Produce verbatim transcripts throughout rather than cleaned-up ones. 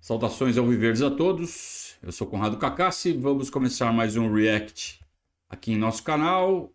Saudações alviverdes a todos, eu sou Conrado Cacassi, vamos começar mais um React aqui em nosso canal.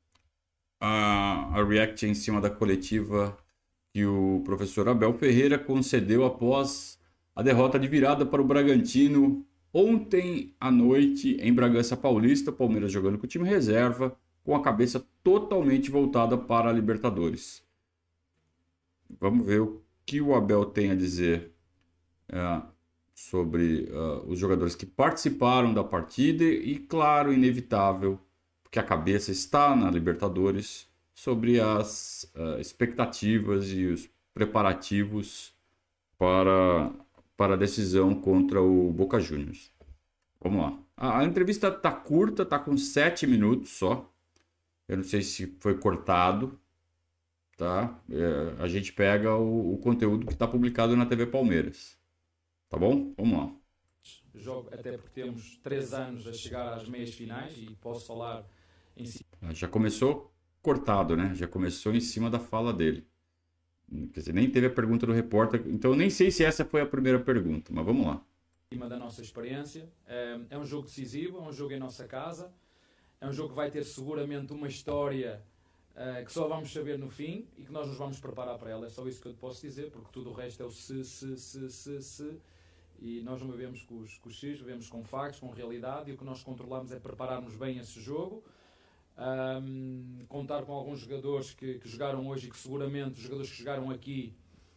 A, a React é em cima da coletiva que o professor Abel Ferreira concedeu após a derrota de virada para o Bragantino ontem à noite em Bragança Paulista, Palmeiras jogando com o time reserva, com a cabeça totalmente voltada para a Libertadores. Vamos ver o que o Abel tem a dizer é, sobre uh, os jogadores que participaram da partida e, claro, inevitável, porque a cabeça está na Libertadores, sobre as uh, expectativas e os preparativos para, para a decisão contra o Boca Juniors. Vamos lá. A, a entrevista está curta, está com sete minutos só. Eu não sei se foi cortado, tá? É, a gente pega o, o conteúdo que está publicado na T V Palmeiras. Tá bom? Vamos lá. Jogo, até porque temos três anos a chegar às meias finais e posso falar em si. Já começou cortado, né? Já começou em cima da fala dele. Quer dizer, nem teve a pergunta do repórter, então eu nem sei se essa foi a primeira pergunta, mas vamos lá. Em cima da nossa experiência. É um jogo decisivo, é um jogo em nossa casa, é um jogo que vai ter seguramente uma história uh, que só vamos saber no fim e que nós nos vamos preparar para ela. É só isso que eu te posso dizer, porque tudo o resto é o se, se, se, se, se. E nós não vivemos com os, com os X, vivemos com factos, com realidade, e o que nós controlamos é prepararmos bem esse jogo, um, contar com alguns jogadores que, que jogaram hoje e que seguramente os jogadores que jogaram aqui,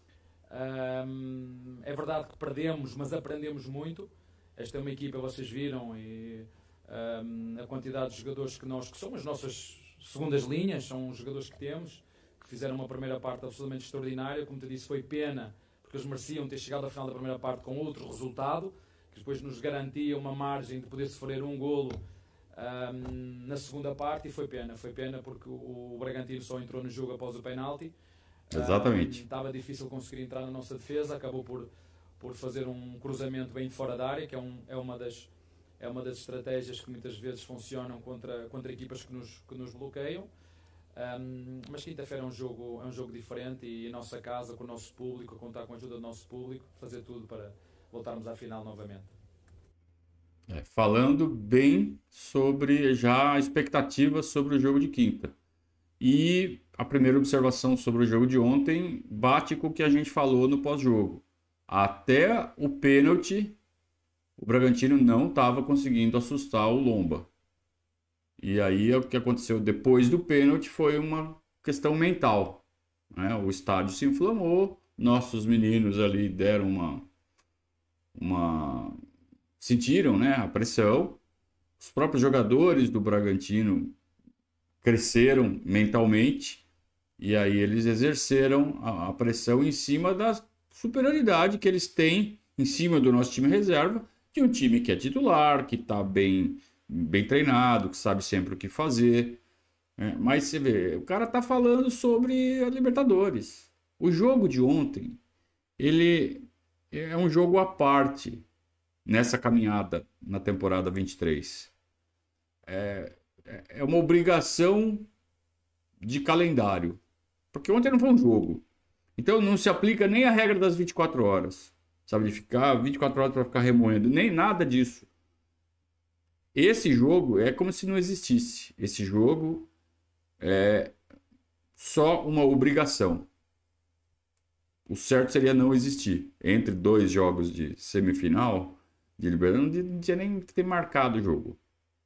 um, é verdade que perdemos, mas aprendemos muito. Esta é uma equipa, vocês viram, e um, a quantidade de jogadores que nós, que são as nossas segundas linhas, são os jogadores que temos, que fizeram uma primeira parte absolutamente extraordinária. Como te disse, foi pena, porque eles mereciam ter chegado ao final da primeira parte com outro resultado, que depois nos garantia uma margem de poder sofrer um golo um, na segunda parte, e foi pena, foi pena porque o, o Bragantino só entrou no jogo após o penalti. Exatamente. Um, estava difícil conseguir entrar na nossa defesa, acabou por, por fazer um cruzamento bem fora da área, que é, um, é, uma das, é uma das estratégias que muitas vezes funcionam contra, contra equipas que nos, que nos bloqueiam. Um, mas quinta-feira é um jogo, é um jogo diferente, e em nossa casa, com o nosso público, a contar com a ajuda do nosso público, fazer tudo para voltarmos à final novamente. É, falando bem sobre já a expectativa sobre o jogo de quinta. E a primeira observação sobre o jogo de ontem bate com o que a gente falou no pós-jogo. Até o pênalti, o Bragantino não estava conseguindo assustar o Lomba. E aí o que aconteceu depois do pênalti foi uma questão mental, né? O estádio se inflamou, nossos meninos ali deram uma, uma... sentiram, né, a pressão. Os próprios jogadores do Bragantino cresceram mentalmente e aí eles exerceram a, a pressão em cima da superioridade que eles têm em cima do nosso time reserva, de um time que é titular, que está bem... bem treinado, que sabe sempre o que fazer. É, mas você vê, o cara tá falando sobre a Libertadores. O jogo de ontem, ele é um jogo à parte nessa caminhada na temporada vinte e três. É, é uma obrigação de calendário. Porque ontem não foi um jogo. Então não se aplica nem a regra das vinte e quatro horas. Sabe, de ficar vinte e quatro horas para ficar remoendo. Nem nada disso. Esse jogo é como se não existisse. Esse jogo é só uma obrigação. O certo seria não existir. Entre dois jogos de semifinal de Libertadores, não tinha nem que ter marcado o jogo.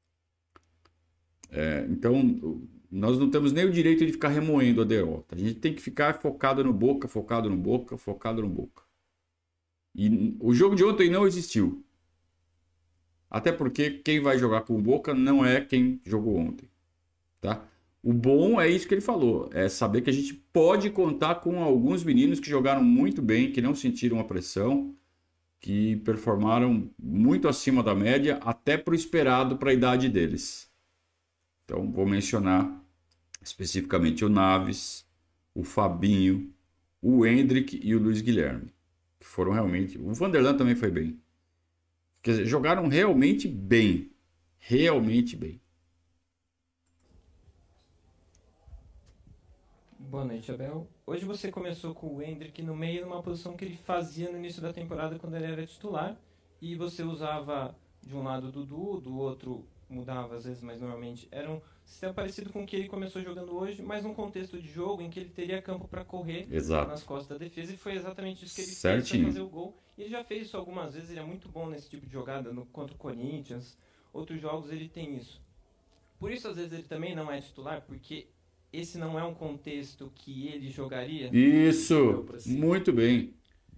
É, então, nós não temos nem o direito de ficar remoendo a derrota. A gente tem que ficar focado no Boca, focado no Boca, focado no Boca. E o jogo de ontem não existiu. Até porque quem vai jogar com o Boca não é quem jogou ontem, tá? O bom é isso que ele falou, é saber que a gente pode contar com alguns meninos que jogaram muito bem, que não sentiram a pressão, que performaram muito acima da média, até para o esperado para a idade deles. Então vou mencionar especificamente o Naves, o Fabinho, o Hendrick e o Luiz Guilherme, que foram realmente... O Vanderlan também foi bem. Quer dizer, jogaram realmente bem. Realmente bem. Boa noite, Abel. Hoje você começou com o Endrick no meio, numa posição que ele fazia no início da temporada quando ele era titular, e você usava de um lado o Dudu, do outro mudava às vezes, mas normalmente era um sistema parecido com o que ele começou jogando hoje, mas num contexto de jogo em que ele teria campo para correr Exato. nas costas da defesa, e foi exatamente isso que ele Certinho. fez para fazer o gol. E ele já fez isso algumas vezes, ele é muito bom nesse tipo de jogada, no, contra o Corinthians, outros jogos ele tem isso. Por isso, às vezes, ele também não é titular, porque esse não é um contexto que ele jogaria. Isso, muito bem.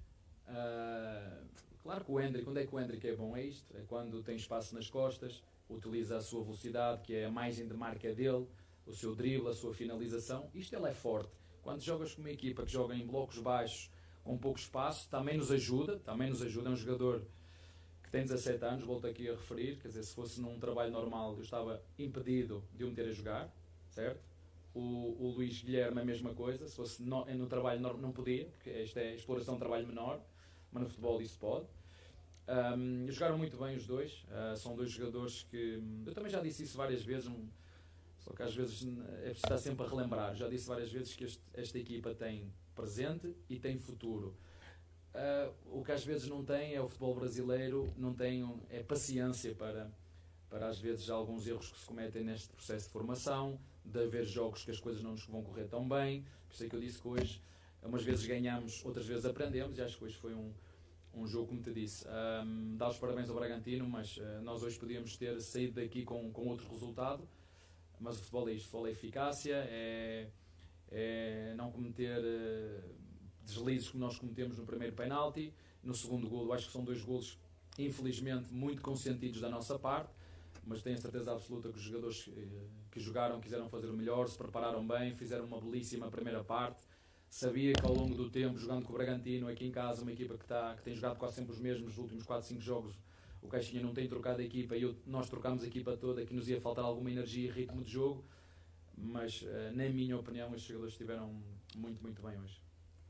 Uh, claro que o Endrick, quando é que o Endrick é bom? É isto, é quando tem espaço nas costas, utiliza a sua velocidade, que é a margem de marca dele, o seu drible, a sua finalização. Isto ele é forte. Quando jogas com uma equipa que joga em blocos baixos, com pouco espaço, também nos ajuda, também nos ajuda. É um jogador que tem dezassete anos, volto aqui a referir, quer dizer, se fosse num trabalho normal, eu estava impedido de o meter a jogar, certo? O, o Luís Guilherme é a mesma coisa, se fosse no, no trabalho não, não podia, porque esta é a exploração de trabalho menor, mas no futebol isso pode. Um, jogaram muito bem os dois, uh, são dois jogadores que, eu também já disse isso várias vezes, um, só que às vezes é preciso estar sempre a relembrar, já disse várias vezes que este, esta equipa tem presente e tem futuro. Uh, o que às vezes não tem é o futebol brasileiro, não tem é paciência para, para às vezes alguns erros que se cometem neste processo de formação, de haver jogos que as coisas não nos vão correr tão bem. Por isso é que eu disse que hoje umas vezes ganhamos, outras vezes aprendemos, e acho que hoje foi um, um jogo, como te disse, um, dá os parabéns ao Bragantino, mas uh, nós hoje podíamos ter saído daqui com, com outro resultado, mas o futebol é isto, o futebol é eficácia, é, é não cometer uh, deslizes como nós cometemos no primeiro penalti, no segundo golo. Acho que são dois golos, infelizmente, muito consentidos da nossa parte, mas tenho a certeza absoluta que os jogadores que, que jogaram quiseram fazer o melhor, se prepararam bem, fizeram uma belíssima primeira parte. Sabia que ao longo do tempo, jogando com o Bragantino aqui em casa, uma equipa que, está, que tem jogado quase sempre os mesmos nos últimos quatro, cinco jogos, o Caixinha não tem trocado a equipa, e eu, nós trocámos a equipa toda, que nos ia faltar alguma energia e ritmo de jogo, mas na minha opinião os jogadores estiveram muito, muito bem hoje.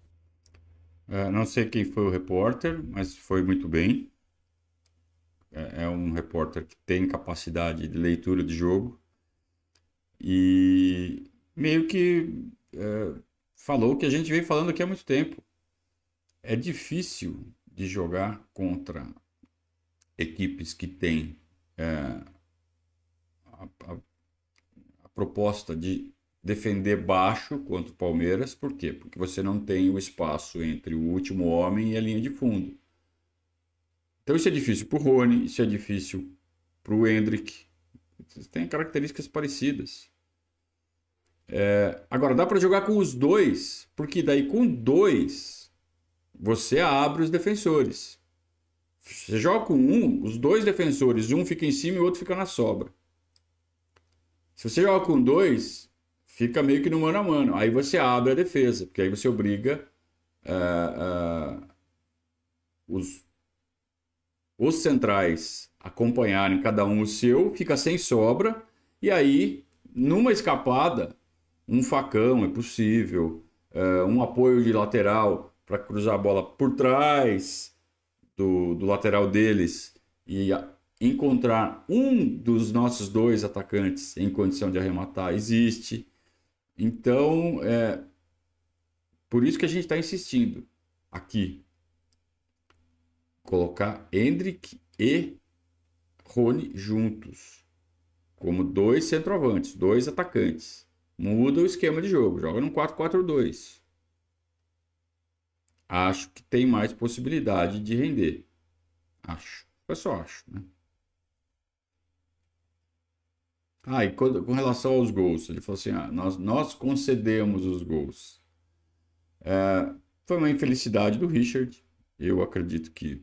Uh, não sei quem foi o repórter, mas foi muito bem. É, é um repórter que tem capacidade de leitura de jogo e meio que uh, falou o que a gente vem falando aqui há muito tempo. É difícil de jogar contra equipes que têm uh, a, a, a proposta de defender baixo contra o Palmeiras. Por quê? Porque você não tem o espaço entre o último homem e a linha de fundo. Então isso é difícil para o Rony, isso é difícil para o Endrick. Tem características parecidas. É, agora, dá para jogar com os dois, porque daí com dois você abre os defensores. Você joga com um, os dois defensores, um fica em cima e o outro fica na sobra. Se você joga com dois, fica meio que no mano a mano. Aí você abre a defesa, porque aí você obriga uh, uh, os, os centrais a acompanharem cada um o seu, fica sem sobra, e aí, numa escapada, um facão é possível, uh, um apoio de lateral para cruzar a bola por trás do, do lateral deles e a, encontrar um dos nossos dois atacantes em condição de arrematar existe. Então, é por isso que a gente está insistindo aqui. Colocar Endrick e Rony juntos, como dois centroavantes, dois atacantes. Muda o esquema de jogo, joga num quatro quatro dois. Acho que tem mais possibilidade de render. Acho. Eu só acho, né? Ah, e com relação aos gols, ele falou assim, ah, nós, nós concedemos os gols. É, foi uma infelicidade do Richard. Eu acredito que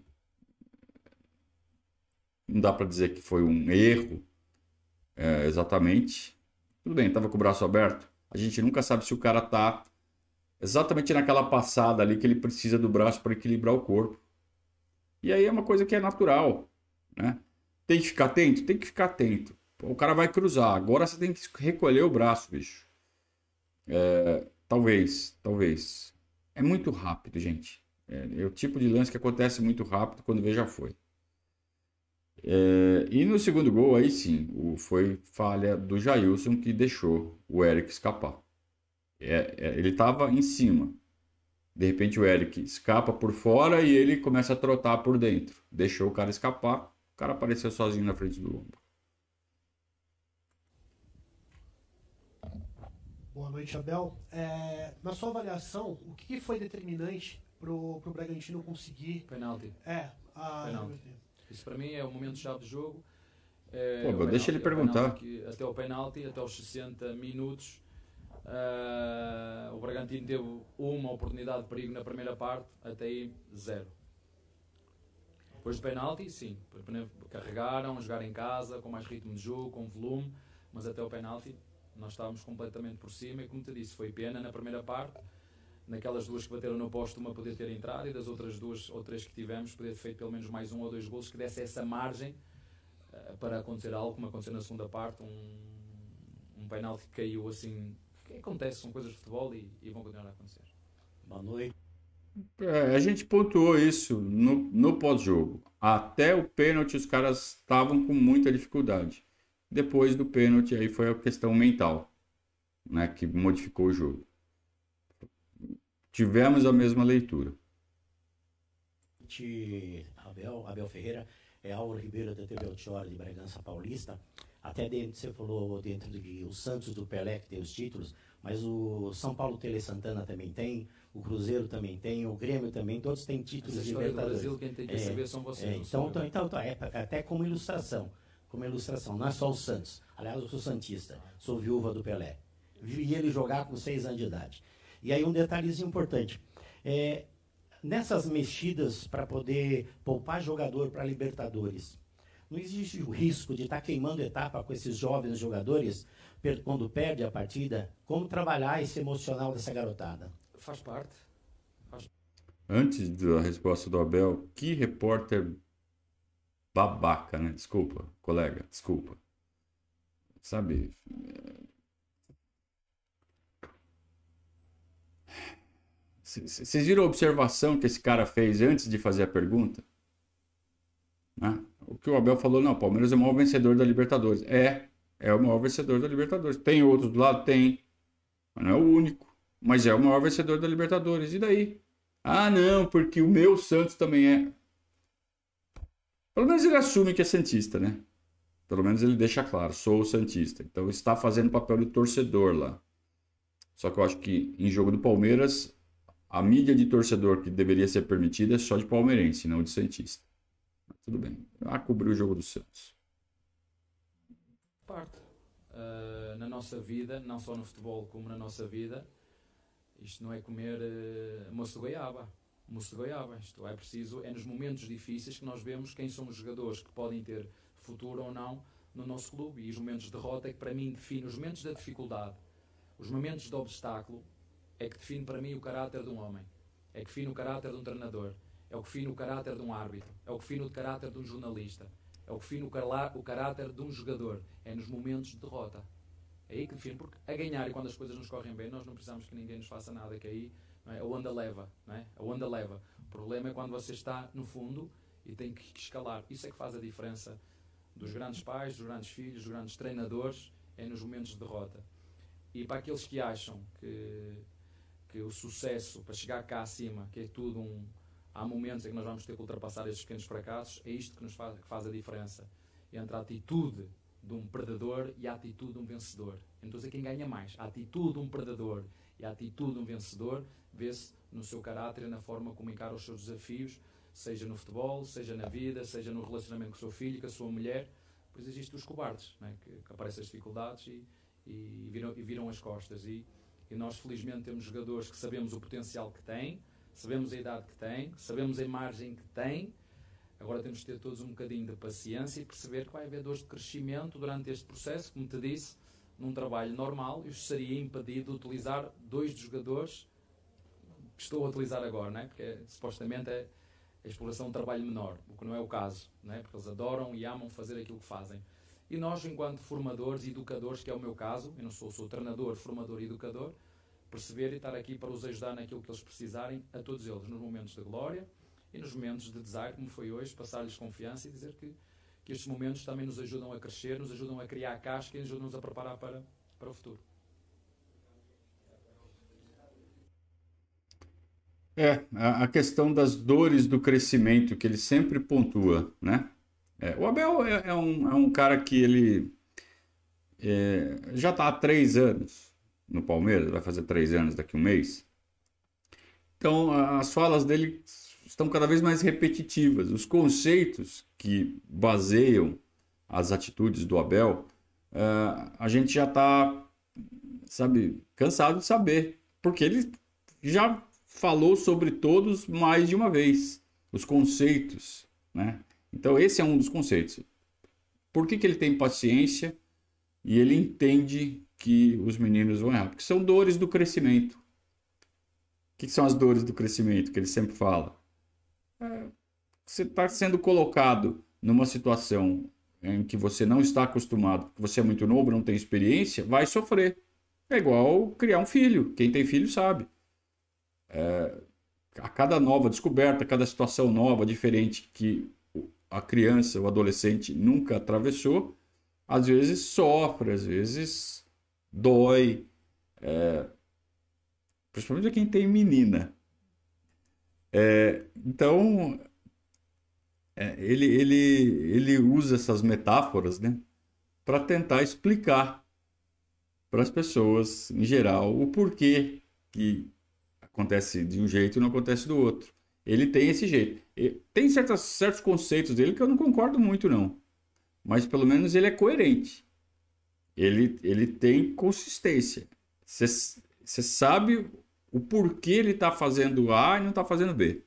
não dá para dizer que foi um erro é, exatamente. Tudo bem, estava com o braço aberto. A gente nunca sabe se o cara tá exatamente naquela passada ali que ele precisa do braço para equilibrar o corpo. E aí é uma coisa que é natural, né? Tem que ficar atento? Tem que ficar atento. O cara vai cruzar. Agora você tem que recolher o braço, bicho. É, talvez, talvez. É muito rápido, gente. É, é o tipo de lance que acontece muito rápido, quando vê já foi. É, e no segundo gol, aí sim, o, foi falha do Jailson que deixou o Eric escapar. É, é, ele estava em cima. De repente o Eric escapa por fora e ele começa a trotar por dentro. Deixou o cara escapar, o cara apareceu sozinho na frente do ombro. Boa noite, Abel. É, na sua avaliação, o que foi determinante pro, pro Bragantino conseguir... Penalti. É, a... Penalti. Isso para mim é o momento-chave do jogo. É, Pô, penalti, deixa ele perguntar. Que, até o penalti, até os sessenta minutos, uh, o Bragantino teve uma oportunidade de perigo na primeira parte, até aí zero. Depois do penalti, sim, carregaram, jogaram em casa, com mais ritmo de jogo, com volume, mas até o penalti nós estávamos completamente por cima e, como te disse, foi pena na primeira parte, naquelas duas que bateram no posto, uma poder ter entrado, e das outras duas ou três que tivemos, poder ter feito pelo menos mais um ou dois golos que desse essa margem uh, para acontecer algo, como aconteceu na segunda parte, um, um penalti que caiu assim, que acontece, são coisas de futebol e, e vão continuar a acontecer. Boa noite. É, a gente pontuou isso no, no pós-jogo. Até o pênalti os caras estavam com muita dificuldade. Depois do pênalti aí foi a questão mental, né, que modificou o jogo. Tivemos a mesma leitura. Abel, Abel Ferreira, é Álvaro Ribeiro da T V Altiora de Bragança Paulista. Até dentro, você falou dentro de o Santos do Pelé que tem os títulos, mas o São Paulo Tele Santana também tem, o Cruzeiro também tem, o Grêmio também, todos têm títulos de Libertadores. Do Brasil, quem tem que é, saber são vocês. É, então, então, então, então, é, até como ilustração, como ilustração, não é só o Santos. Aliás, eu sou santista, sou viúva do Pelé. Vi ele jogar com seis anos de idade. E aí um detalhezinho importante, é, nessas mexidas para poder poupar jogador para Libertadores, não existe o risco de estar tá queimando etapa com esses jovens jogadores per, quando perde a partida? Como trabalhar esse emocional dessa garotada? Faz parte. Faz... Antes da resposta do Abel, que repórter babaca, né? Desculpa, colega, desculpa. Sabe... Vocês viram a observação que esse cara fez antes de fazer a pergunta? Né? O que o Abel falou, não, o Palmeiras é o maior vencedor da Libertadores. É, é o maior vencedor da Libertadores. Tem outros do lado? Tem. Mas não é o único. Mas é o maior vencedor da Libertadores. E daí? Ah, não, porque o meu Santos também é. Pelo menos ele assume que é santista, né? Pelo menos ele deixa claro, sou santista. Então está fazendo papel de torcedor lá. Só que eu acho que em jogo do Palmeiras... A mídia de torcedor que deveria ser permitida é só de palmeirense, não de santista. Mas tudo bem. Ah, cobriu o jogo do Santos. Parte. Uh, na nossa vida, não só no futebol como na nossa vida, isto não é comer uh, moço de goiaba. Moço de goiaba. Isto é preciso, é nos momentos difíceis que nós vemos quem são os jogadores que podem ter futuro ou não no nosso clube. E os momentos de derrota é que para mim define os momentos da dificuldade, os momentos de obstáculo, é que define para mim o caráter de um homem, é que define o caráter de um treinador, é o que define o caráter de um árbitro, é o que define o caráter de um jornalista, é o que define o, o caráter de um jogador, é nos momentos de derrota. É aí que define, porque a ganhar e quando as coisas nos correm bem, nós não precisamos que ninguém nos faça nada, que aí não é? A onda leva, não é? A onda leva. O problema é quando você está no fundo e tem que escalar. Isso é que faz a diferença dos grandes pais, dos grandes filhos, dos grandes treinadores, é nos momentos de derrota. E para aqueles que acham que que o sucesso para chegar cá acima, que é tudo um... Há momentos em que nós vamos ter que ultrapassar estes pequenos fracassos, é isto que nos faz, que faz a diferença entre a atitude de um perdedor e a atitude de um vencedor. Então, é quem ganha mais. A atitude de um perdedor e a atitude de um vencedor vê-se no seu caráter e na forma como encara os seus desafios, seja no futebol, seja na vida, seja no relacionamento com o seu filho, com a sua mulher. Pois existem os cobardes, não é? que, que aparecem as dificuldades e, e, viram, e viram as costas. E, E nós, felizmente, temos jogadores que sabemos o potencial que têm, sabemos a idade que têm, sabemos a imagem que têm. Agora temos de ter todos um bocadinho de paciência e perceber que vai haver dores de crescimento durante este processo. Como te disse, num trabalho normal, eu estaria impedido de utilizar dois dos jogadores que estou a utilizar agora, não é? Porque supostamente é a exploração de trabalho menor, o que não é o caso, não é? Porque eles adoram e amam fazer aquilo que fazem. E nós, enquanto formadores e educadores, que é o meu caso, eu não sou, sou treinador, formador e educador, perceber e estar aqui para os ajudar naquilo que eles precisarem, a todos eles, nos momentos de glória e nos momentos de desaire, como foi hoje, passar-lhes confiança e dizer que, que estes momentos também nos ajudam a crescer, nos ajudam a criar casca e nos ajudam a preparar para, para o futuro. É, a, a questão das dores do crescimento que ele sempre pontua, né? É, o Abel é, é um, é um cara que ele é, já está há três anos no Palmeiras, vai fazer três anos daqui a um mês. Então, a- as falas dele estão cada vez mais repetitivas. Os conceitos que baseiam as atitudes do Abel, ah, a gente já está, sabe, cansado de saber, porque ele já falou sobre todos mais de uma vez, os conceitos, né? Então, esse é um dos conceitos. Por que que ele tem paciência e ele entende que os meninos vão errar? Porque são dores do crescimento. O que que são as dores do crescimento que ele sempre fala? Você está sendo colocado numa situação em que você não está acostumado, que você é muito novo, não tem experiência, vai sofrer. É igual criar um filho. Quem tem filho sabe. A cada nova descoberta, a cada situação nova, diferente que a criança, o adolescente nunca atravessou, às vezes sofre, às vezes dói, principalmente quem tem menina. É, então, é, ele, ele, ele usa essas metáforas, né, para tentar explicar para as pessoas, em geral, o porquê que acontece de um jeito e não acontece do outro. Ele tem esse jeito. E tem certas, certos conceitos dele que eu não concordo muito, não. Mas pelo menos ele é coerente. Ele, ele tem consistência. Você sabe o porquê ele está fazendo A e não está fazendo B.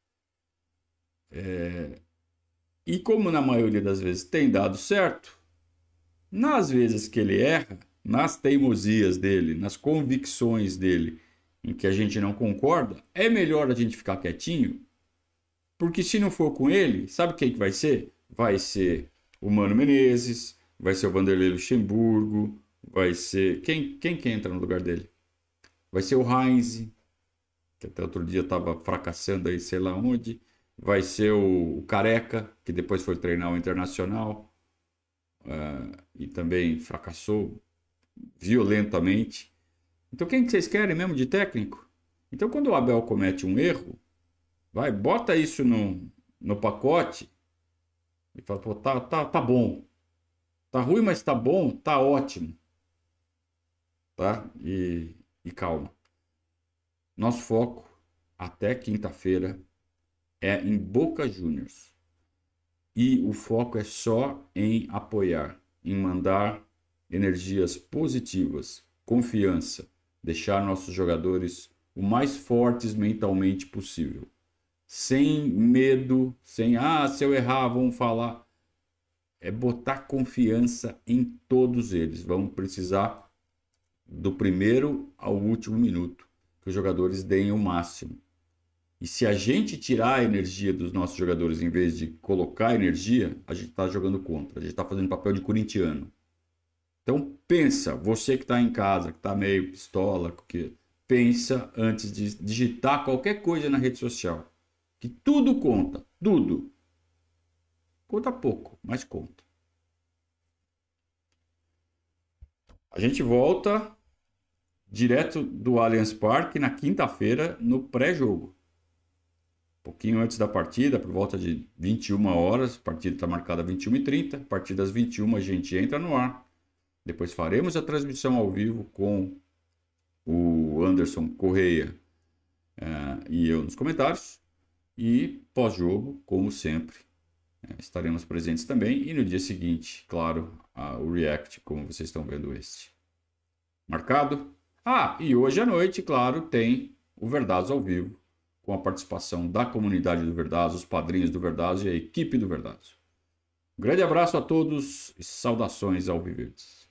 É, e como na maioria das vezes tem dado certo, nas vezes que ele erra, nas teimosias dele, nas convicções dele, em que a gente não concorda, é melhor a gente ficar quietinho, porque se não for com ele, sabe quem que vai ser? Vai ser o Mano Menezes, vai ser o Vanderlei Luxemburgo, vai ser... Quem, quem que entra no lugar dele? Vai ser o Heinz, que até outro dia estava fracassando aí, sei lá onde. Vai ser o, o Careca, que depois foi treinar o Internacional, uh, e também fracassou violentamente. Então quem que vocês querem mesmo de técnico? Então quando o Abel comete um erro, vai, bota isso no, no pacote e fala, pô, tá, tá, tá bom. Tá ruim, mas tá bom, tá ótimo. Tá? E, e calma. Nosso foco até quinta-feira é em Boca Juniors. E o foco é só em apoiar, em mandar energias positivas, confiança, deixar nossos jogadores o mais fortes mentalmente possível. Sem medo, sem, ah, se eu errar, vão falar. É botar confiança em todos eles. Vamos precisar do primeiro ao último minuto que os jogadores deem o máximo. E se a gente tirar a energia dos nossos jogadores em vez de colocar energia, a gente está jogando contra. A gente está fazendo papel de corintiano. Então pensa, você que está em casa, que está meio pistola, que pensa antes de digitar qualquer coisa na rede social. Que tudo conta, tudo. Conta pouco, mas conta. A gente volta direto do Allianz Parque na quinta-feira no pré-jogo. Um pouquinho antes da partida, por volta de vinte e uma horas, a partida está marcada às vinte e uma e trinta, a partir das vinte e uma a gente entra no ar. Depois faremos a transmissão ao vivo com o Anderson Correia uh, e eu nos comentários. E pós-jogo, como sempre, uh, estaremos presentes também. E no dia seguinte, claro, uh, o React, como vocês estão vendo este. Marcado? Ah, e hoje à noite, claro, tem o Verdados ao vivo, com a participação da comunidade do Verdados, os padrinhos do Verdados e a equipe do Verdados. Um grande abraço a todos e saudações ao Viverdes.